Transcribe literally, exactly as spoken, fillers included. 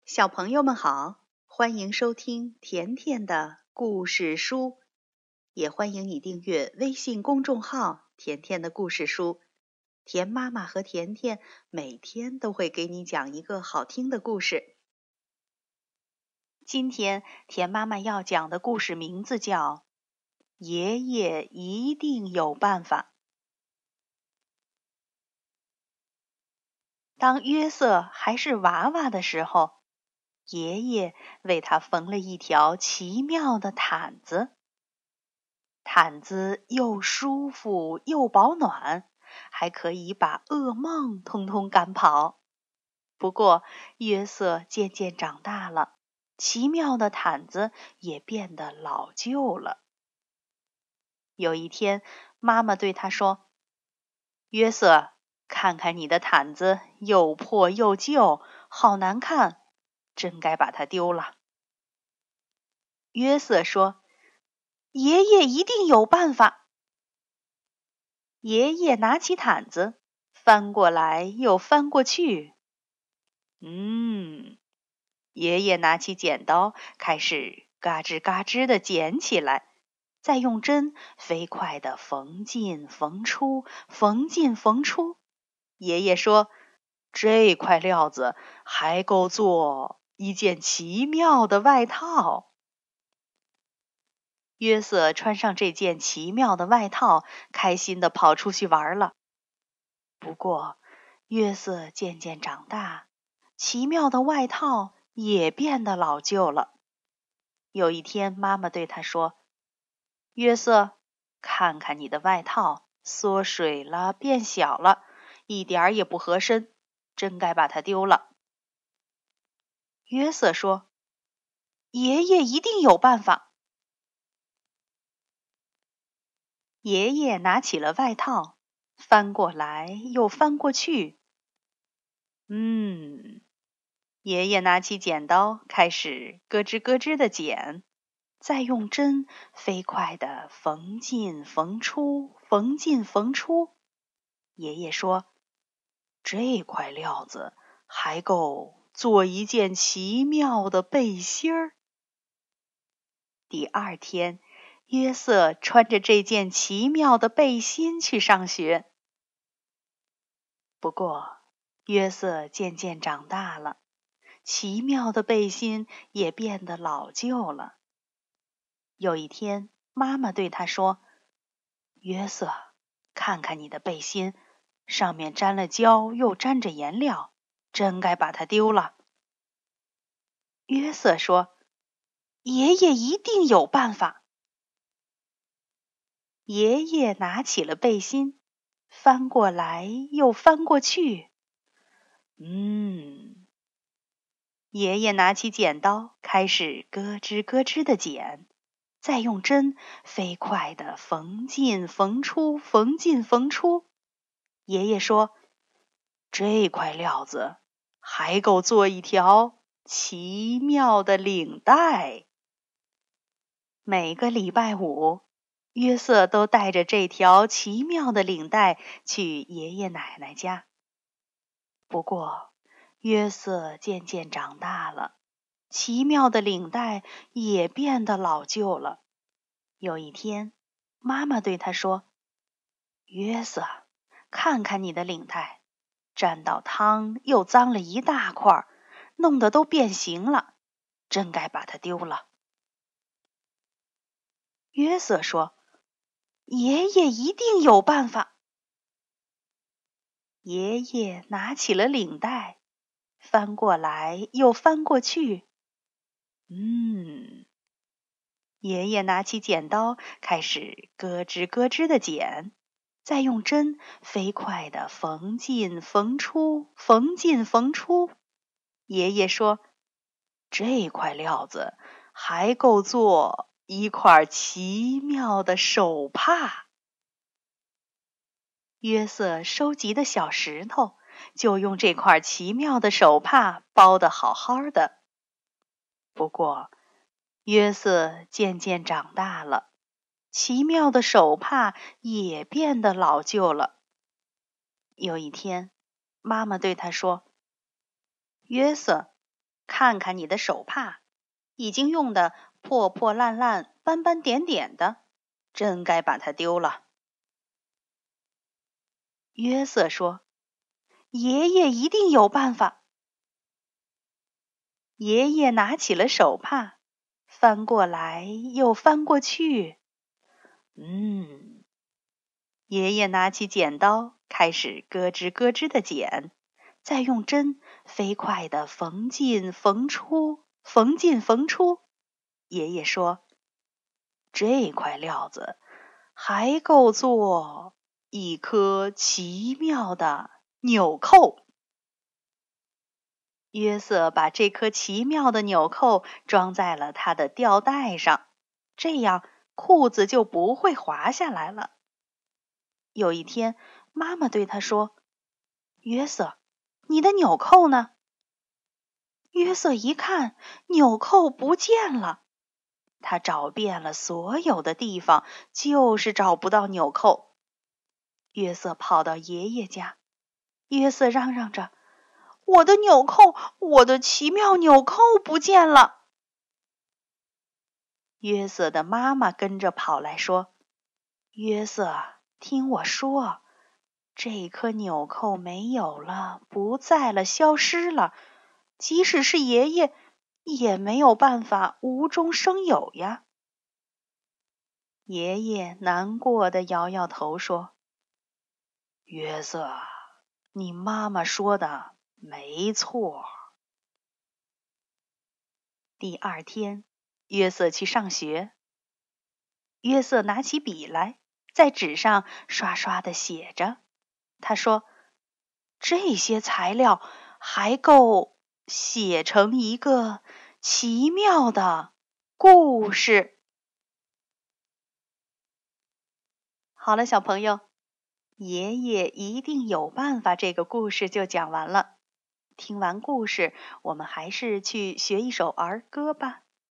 小朋友们好，欢迎收听甜甜的故事书，也欢迎你订阅微信公众号甜甜的故事书。甜妈妈和甜甜每天都会给你讲一个好听的故事。今天甜妈妈要讲的故事名字叫爷爷一定有办法。当约瑟还是娃娃的时候，爷爷为他缝了一条奇妙的毯子。毯子又舒服又保暖，还可以把噩梦通通赶跑。不过，约瑟渐渐长大了，奇妙的毯子也变得老旧了。有一天，妈妈对他说：“约瑟，看看你的毯子，又破又旧，好难看，真该把它丢了。”约瑟说：“爷爷一定有办法。”爷爷拿起毯子，翻过来又翻过去。嗯，爷爷拿起剪刀，开始嘎吱嘎吱地剪起来，再用针飞快地缝进缝出，缝进缝出。爷爷说：“这块料子还够做一件奇妙的外套。”约瑟穿上这件奇妙的外套，开心地跑出去玩了。不过，约瑟渐渐长大，奇妙的外套也变得老旧了。有一天，妈妈对他说：“约瑟，看看你的外套，缩水了，变小了，一点儿也不合身，真该把它丢了。”约瑟说：“爷爷一定有办法。”爷爷拿起了外套，翻过来又翻过去。嗯，爷爷拿起剪刀，开始咯吱咯吱地剪，再用针飞快地缝进缝出，缝进缝出。爷爷说：“这块料子还够做一件奇妙的背心儿。”第二天，约瑟穿着这件奇妙的背心去上学。不过，约瑟渐渐长大了，奇妙的背心也变得老旧了。有一天，妈妈对他说：“约瑟，看看你的背心，上面沾了胶又沾着颜料，真该把它丢了。”约瑟说：“爷爷一定有办法。”爷爷拿起了背心，翻过来又翻过去。嗯，爷爷拿起剪刀，开始咯吱咯吱地剪，再用针飞快地缝进缝出，缝进缝出。爷爷说：“这块料子还够做一条奇妙的领带。”每个礼拜五，约瑟都带着这条奇妙的领带去爷爷奶奶家。不过，约瑟渐渐长大了，奇妙的领带也变得老旧了。有一天，妈妈对他说：“约瑟，看看你的领带，沾到汤又脏了一大块，弄得都变形了，真该把它丢了。”约瑟说：“爷爷一定有办法。”爷爷拿起了领带，翻过来又翻过去。嗯，爷爷拿起剪刀，开始咯吱咯吱地剪，再用针飞快地缝进缝出，缝进缝出。爷爷说：“这块料子还够做一块奇妙的手帕。”约瑟收集的小石头就用这块奇妙的手帕包得好好的。不过，约瑟渐渐长大了，奇妙的手帕也变得老旧了。有一天，妈妈对他说：“约瑟， 看看你的手帕，已经用得破破烂烂、斑斑点点的，真该把它丢了。”约瑟说：“爷爷一定有办法。”爷爷拿起了手帕，翻过来又翻过去。嗯，爷爷拿起剪刀，开始咯吱咯吱地剪，再用针飞快地缝进缝出，缝进缝出。爷爷说：“这块料子还够做一颗奇妙的纽扣。”约瑟把这颗奇妙的纽扣装在了他的吊带上，这样裤子就不会滑下来了。有一天，妈妈对他说：“约瑟，你的纽扣呢？”约瑟一看，纽扣不见了。他找遍了所有的地方，就是找不到纽扣。约瑟跑到爷爷家，约瑟嚷嚷着：“我的纽扣，我的奇妙纽扣不见了！”约瑟的妈妈跟着跑来说：“约瑟，听我说，这颗纽扣没有了，不在了，消失了。即使是爷爷，也没有办法无中生有呀。”爷爷难过地摇摇头说：“约瑟，你妈妈说的没错。”第二天，约瑟去上学。约瑟拿起笔来，在纸上刷刷地写着。他说：“这些材料还够写成一个奇妙的故事。”好了，小朋友，爷爷一定有办法，这个故事就讲完了。听完故事，我们还是去学一首儿歌吧。